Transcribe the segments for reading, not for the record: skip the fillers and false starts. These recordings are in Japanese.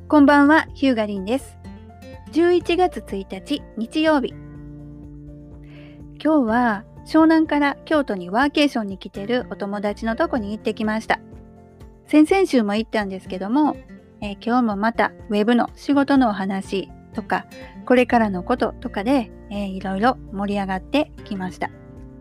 こんばんは、ヒューガリンです。11月1日日曜日。今日は湘南から京都にワーケーションに来てるお友達のとこに行ってきました。先々週も行ったんですけども、今日もまたウェブの仕事のお話とか、これからのこととかで、いろいろ盛り上がってきました。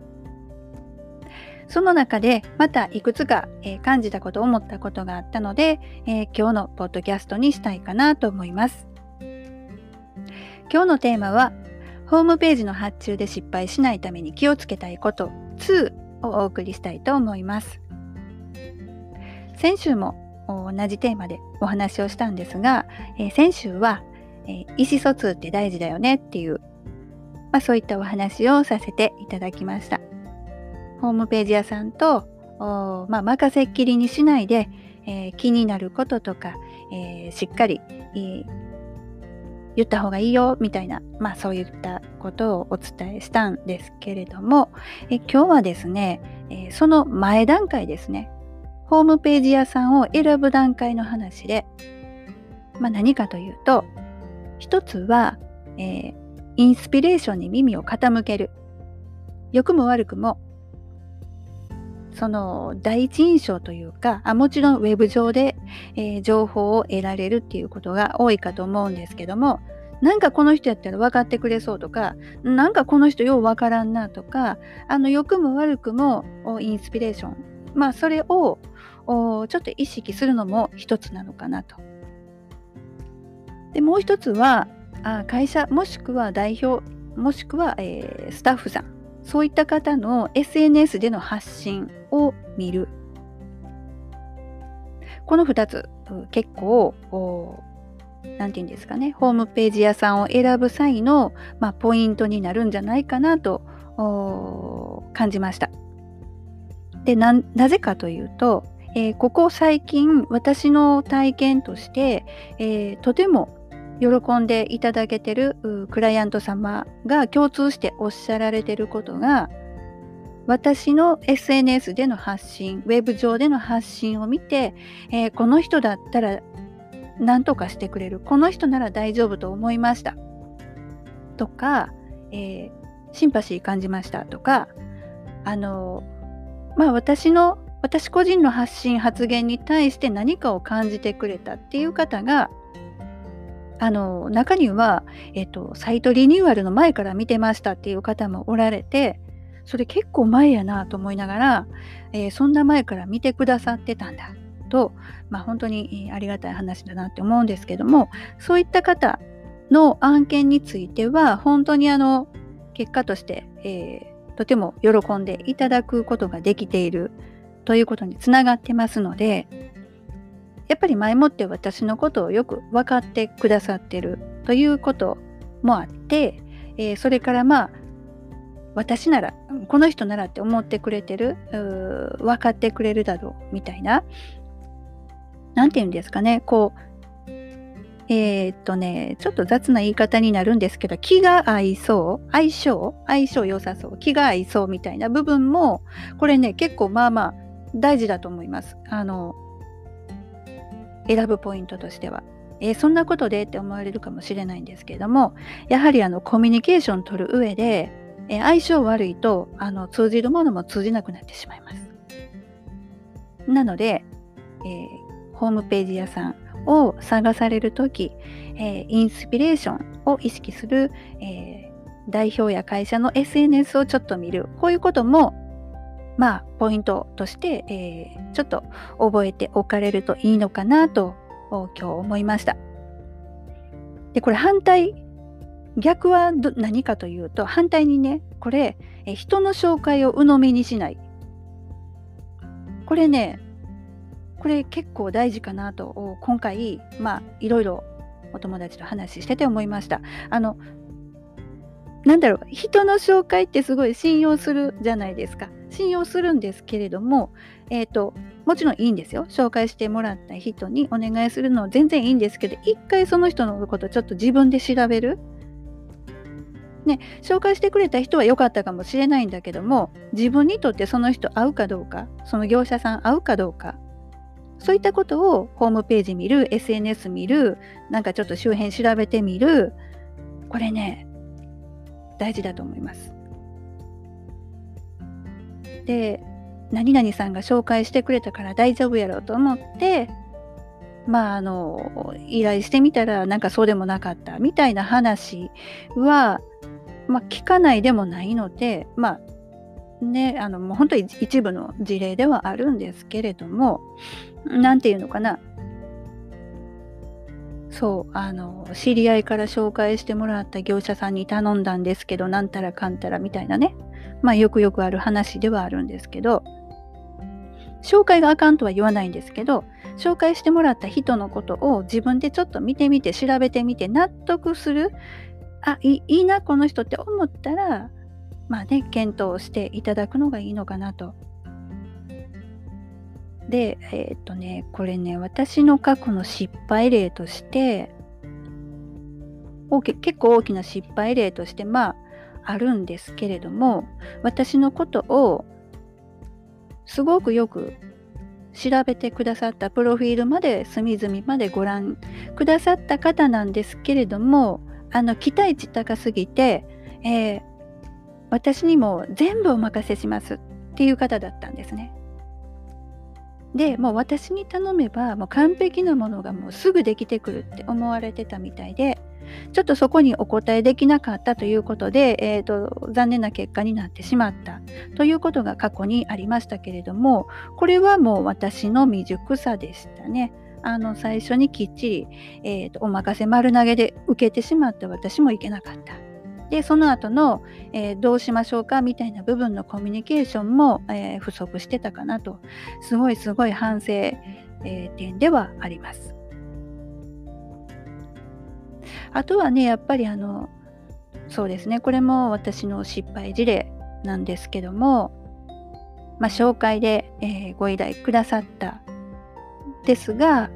その中でまたいくつか、感じたこと思ったことがあったので、今日のポッドキャストにしたいかなと思います。今日のテーマはホームページの発注で失敗しないために気をつけたいこと2をお送りしたいと思います。先週も同じテーマでお話をしたんですが、先週は、意思疎通って大事だよねっていう、そういったお話をさせていただきました。ホームページ屋さんと任せっきりにしないで、気になることとか、しっかり、言った方がいいよみたいな、そういったことをお伝えしたんですけれども、今日はですね、その前段階ですね、ホームページ屋さんを選ぶ段階の話で、何かというと、一つは、インスピレーションに耳を傾ける。良くも悪くもその第一印象というか、もちろんウェブ上で、情報を得られるっていうことが多いかと思うんですけども、なんかこの人やったら分かってくれそうとか、なんかこの人よう分からんなとか、良くも悪くもインスピレーション、それをちょっと意識するのも一つなのかなと。でもう一つは会社もしくは代表もしくは、スタッフさん、そういった方の SNS での発信を見る。この2つ結構なんていうんですかね、ホームページ屋さんを選ぶ際の、ポイントになるんじゃないかなと感じました。で、なぜかというと、ここ最近私の体験として、とても喜んでいただけてるクライアント様が共通しておっしゃられてることが、私の SNS での発信、ウェブ上での発信を見て、この人だったら何とかしてくれる、この人なら大丈夫と思いましたとか、シンパシー感じましたとか、私個人の発信発言に対して何かを感じてくれたっていう方が中には、サイトリニューアルの前から見てましたっていう方もおられて、それ結構前やなと思いながら、そんな前から見てくださってたんだと、本当にありがたい話だなって思うんですけども、そういった方の案件については本当に結果として、とても喜んでいただくことができているということにつながってますので、やっぱり前もって私のことをよく分かってくださってるということもあって、それから私ならこの人ならって思ってくれてる、分かってくれるだろうみたいな、なんていうんですかね、ちょっと雑な言い方になるんですけど、気が合いそう、相性良さそう、気が合いそうみたいな部分も、これね結構大事だと思います。選ぶポイントとしては、そんなことでって思われるかもしれないんですけれども、やはりコミュニケーション取る上で、相性悪いと通じるものも通じなくなってしまいます。なので、ホームページ屋さんを探されるとき、インスピレーションを意識する、代表や会社の SNS をちょっと見る、こういうこともポイントとして、ちょっと覚えておかれるといいのかなと今日思いました。で、これ逆は何かというと、反対にね、これ人の紹介を鵜呑みにしない。これ結構大事かなと今回いろいろお友達と話してて思いました。人の紹介ってすごい信用するじゃないですか。信用するんですけれども、もちろんいいんですよ。紹介してもらった人にお願いするのは全然いいんですけど、一回その人のことちょっと自分で調べる。紹介してくれた人は良かったかもしれないんだけども、自分にとってその人合うかどうか、その業者さん合うかどうか、 そういったことをホームページ見る、SNS 見る、なんかちょっと周辺調べてみる、これね、大事だと思います。で、何々さんが紹介してくれたから大丈夫やろうと思って、依頼してみたらなんかそうでもなかったみたいな話は、聞かないでもないので、もう本当に一部の事例ではあるんですけれども、なんていうのかな、知り合いから紹介してもらった業者さんに頼んだんですけど、なんたらかんたらみたいなね、よくよくある話ではあるんですけど、紹介があかんとは言わないんですけど、紹介してもらった人のことを自分でちょっと見てみて、調べてみて、納得する、いいなこの人って思ったら、検討していただくのがいいのかなと。で、これね、私の過去の失敗例として、結構大きな失敗例としてあるんですけれども、私のことをすごくよく調べてくださった、プロフィールまで隅々までご覧くださった方なんですけれども、期待値高すぎて、私にも全部お任せしますっていう方だったんですね。で、もう私に頼めばもう完璧なものがもうすぐできてくるって思われてたみたいで、ちょっとそこにお答えできなかったということで、残念な結果になってしまったということが過去にありましたけれども、これはもう私の未熟さでしたね。最初にきっちり、お任せ丸投げで受けてしまった私もいけなかった。で、その後の、どうしましょうかみたいな部分のコミュニケーションも、不足してたかなと、すごい反省、点ではあります。あとはね、やっぱりそうですね、これも私の失敗事例なんですけども、紹介で、ご依頼くださったですが、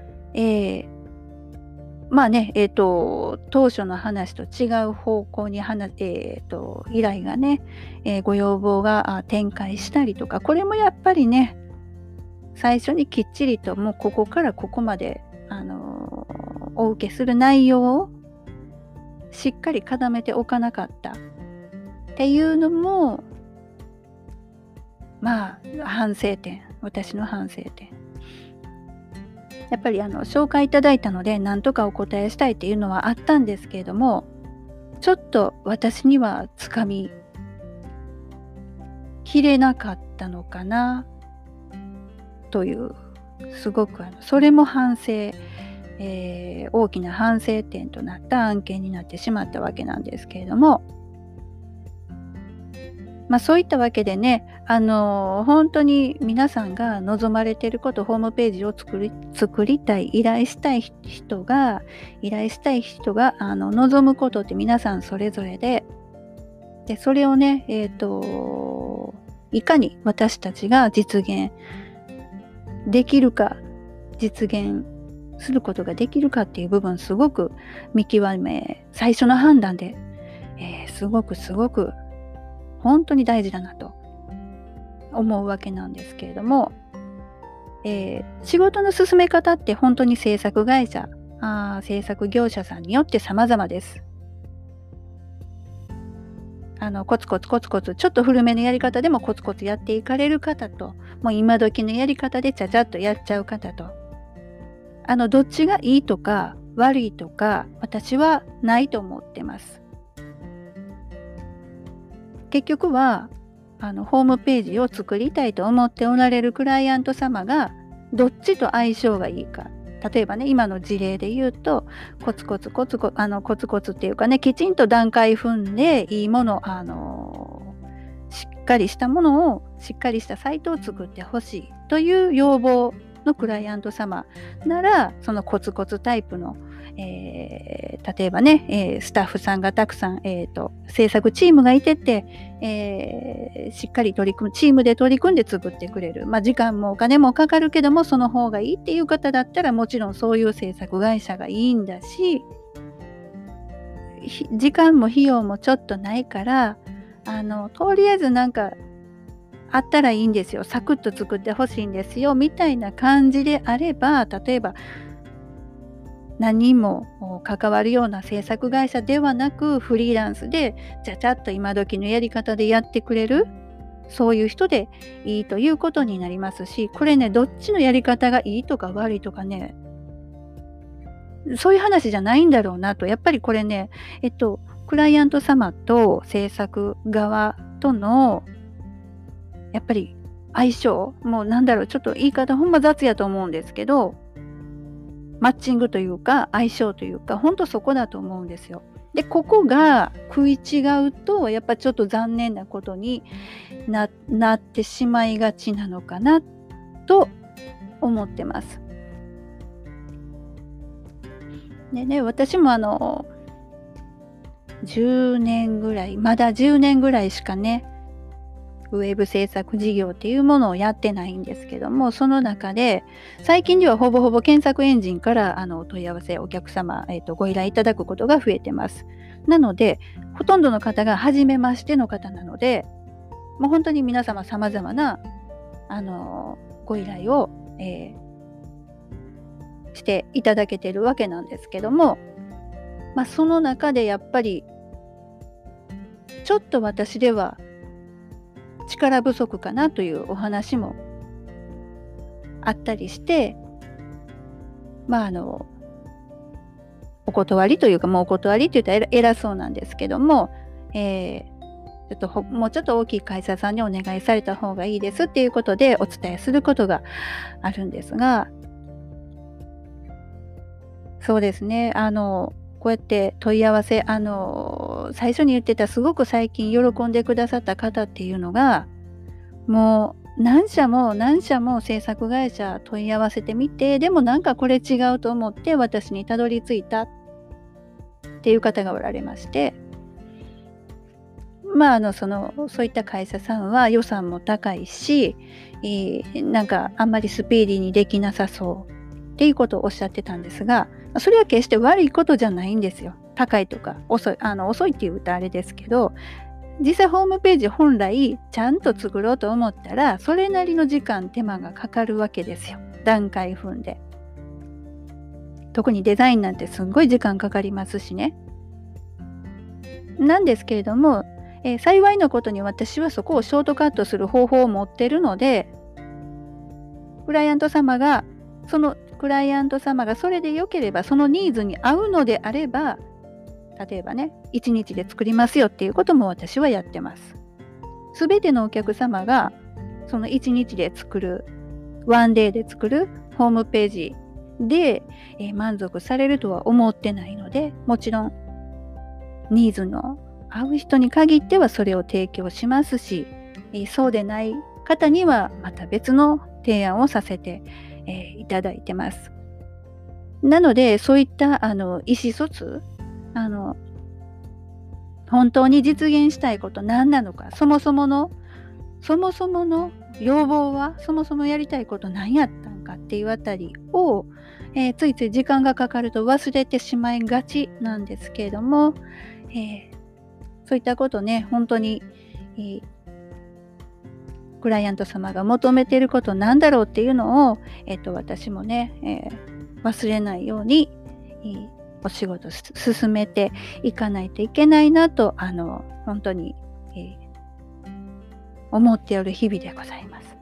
当初の話と違う方向に依頼がね、ご要望が展開したりとか、これもやっぱりね、最初にきっちりともうここからここまで、お受けする内容をしっかり固めておかなかったっていうのも、私の反省点。やっぱり紹介いただいたので何とかお答えしたいっていうのはあったんですけれども、ちょっと私にはつかみきれなかったのかなという、すごくそれも反省、大きな反省点となった案件になってしまったわけなんですけれども、そういったわけでね、本当に皆さんが望まれていること、ホームページを作りたい、依頼したい人が望むことって皆さんそれぞれで、それをね、いかに私たちが実現できるか、実現することができるかっていう部分、すごく見極め、最初の判断で、すごく本当に大事だなと思うわけなんですけれども、仕事の進め方って本当に制作会社、制作業者さんによって様々です。コツコツちょっと古めのやり方でもコツコツやっていかれる方と、もう今時のやり方でちゃちゃっとやっちゃう方と、どっちがいいとか悪いとか私はないと思ってます。結局はホームページを作りたいと思っておられるクライアント様がどっちと相性がいいか。例えばね、今の事例で言うと、コツコツっていうかね、きちんと段階踏んでいいもの、しっかりしたものを、しっかりしたサイトを作ってほしいという要望のクライアント様なら、そのコツコツタイプの、例えばね、スタッフさんがたくさん、制作チームがいてて、しっかりチームで取り組んで作ってくれる。時間もお金もかかるけども、その方がいいっていう方だったら、もちろんそういう制作会社がいいんだし、時間も費用もちょっとないから、とりあえずあったらいいんですよ。サクッと作ってほしいんですよみたいな感じであれば、例えば何人も関わるような制作会社ではなく、フリーランスでちゃちゃっと今時のやり方でやってくれる、そういう人でいいということになりますし、これね、どっちのやり方がいいとか悪いとかね、そういう話じゃないんだろうなと。やっぱりこれね、クライアント様と制作側とのやっぱり相性、もうなんだろう、ちょっと言い方ほんま雑やと思うんですけど、マッチングというか相性というか、ほんとそこだと思うんですよ。で、ここが食い違うと、やっぱちょっと残念なことになってしまいがちなのかなと思ってます。でね、私も10年ぐらい、まだ10年ぐらいしかね、ウェブ制作事業っていうものをやってないんですけども、その中で最近ではほぼほぼ検索エンジンから問い合わせ、お客様、ご依頼いただくことが増えてます。なのでほとんどの方が初めましての方なので、もう本当に皆様様々なご依頼を、していただけてるわけなんですけども、その中でやっぱりちょっと私では力不足かなというお話もあったりして、お断りというか、もうお断りって言ったら偉そうなんですけども、もうちょっと大きい会社さんにお願いされた方がいいですっていうことでお伝えすることがあるんですが、そうですね、こうやって問い合わせ、最初に言ってたすごく最近喜んでくださった方っていうのが、もう何社も何社も制作会社問い合わせてみて、でもなんかこれ違うと思って私にたどり着いたっていう方がおられまして、そういった会社さんは予算も高いし、なんかあんまりスピーディーにできなさそうっていうことをおっしゃってたんですが、それは決して悪いことじゃないんですよ。高いとか遅い、遅いって言うとあれですけど、実際ホームページ本来ちゃんと作ろうと思ったら、それなりの時間手間がかかるわけですよ。段階踏んで。特にデザインなんてすんごい時間かかりますしね。なんですけれども、幸いなことに私はそこをショートカットする方法を持ってるので、クライアント様がそれで良ければ、そのニーズに合うのであれば、例えばね、1日で作りますよっていうことも私はやってます。すべてのお客様がその1日で作る、ワンデーで作るホームページで、満足されるとは思ってないので、もちろんニーズの合う人に限ってはそれを提供しますし、そうでない方にはまた別の提案をさせて、いただいてます。なのでそういった意思疎通、本当に実現したいこと何なのか、そもそもの要望は、そもそもやりたいこと何やったんかっていうあたりを、ついつい時間がかかると忘れてしまいがちなんですけれども、そういったことね、本当に、クライアント様が求めていることなんだろうっていうのを、私もね、忘れないように、お仕事進めていかないといけないなと、本当に、思っておる日々でございます。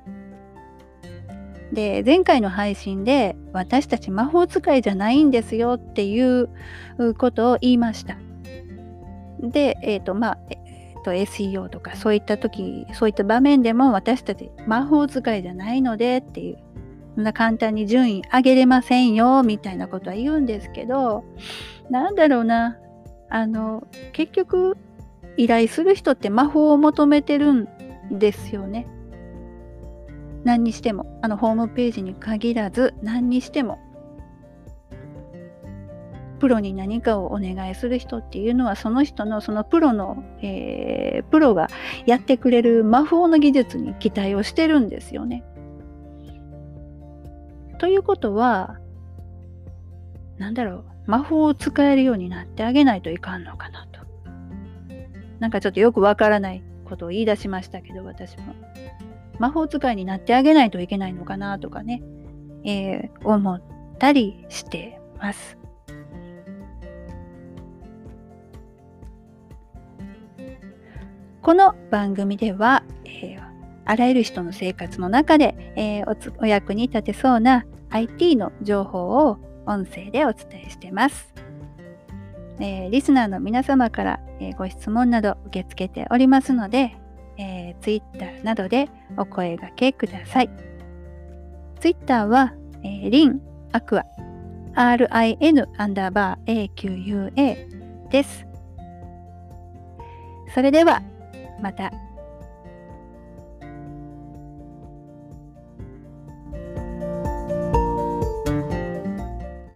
で、前回の配信で私たち魔法使いじゃないんですよっていうことを言いました。で、SEO とかそういった場面でも私たち魔法使いじゃないのでっていう、そんな簡単に順位上げれませんよみたいなことは言うんですけど、なんだろうな、結局依頼する人って魔法を求めてるんですよね。何にしても、ホームページに限らず何にしても、プロに何かをお願いする人っていうのは、その人のそのプロがやってくれる魔法の技術に期待をしてるんですよね。ということは、魔法を使えるようになってあげないといかんのかなと。なんかちょっとよくわからないことを言い出しましたけど、私も魔法使いになってあげないといけないのかなとかね、思ったりしてます。この番組では、あらゆる人の生活の中で、お役に立てそうな IT の情報を音声でお伝えしています。リスナーの皆様から、ご質問など受け付けておりますので、Twitter などでお声掛けください。Twitter は、rin aqua RIN_AQUA です。それではまた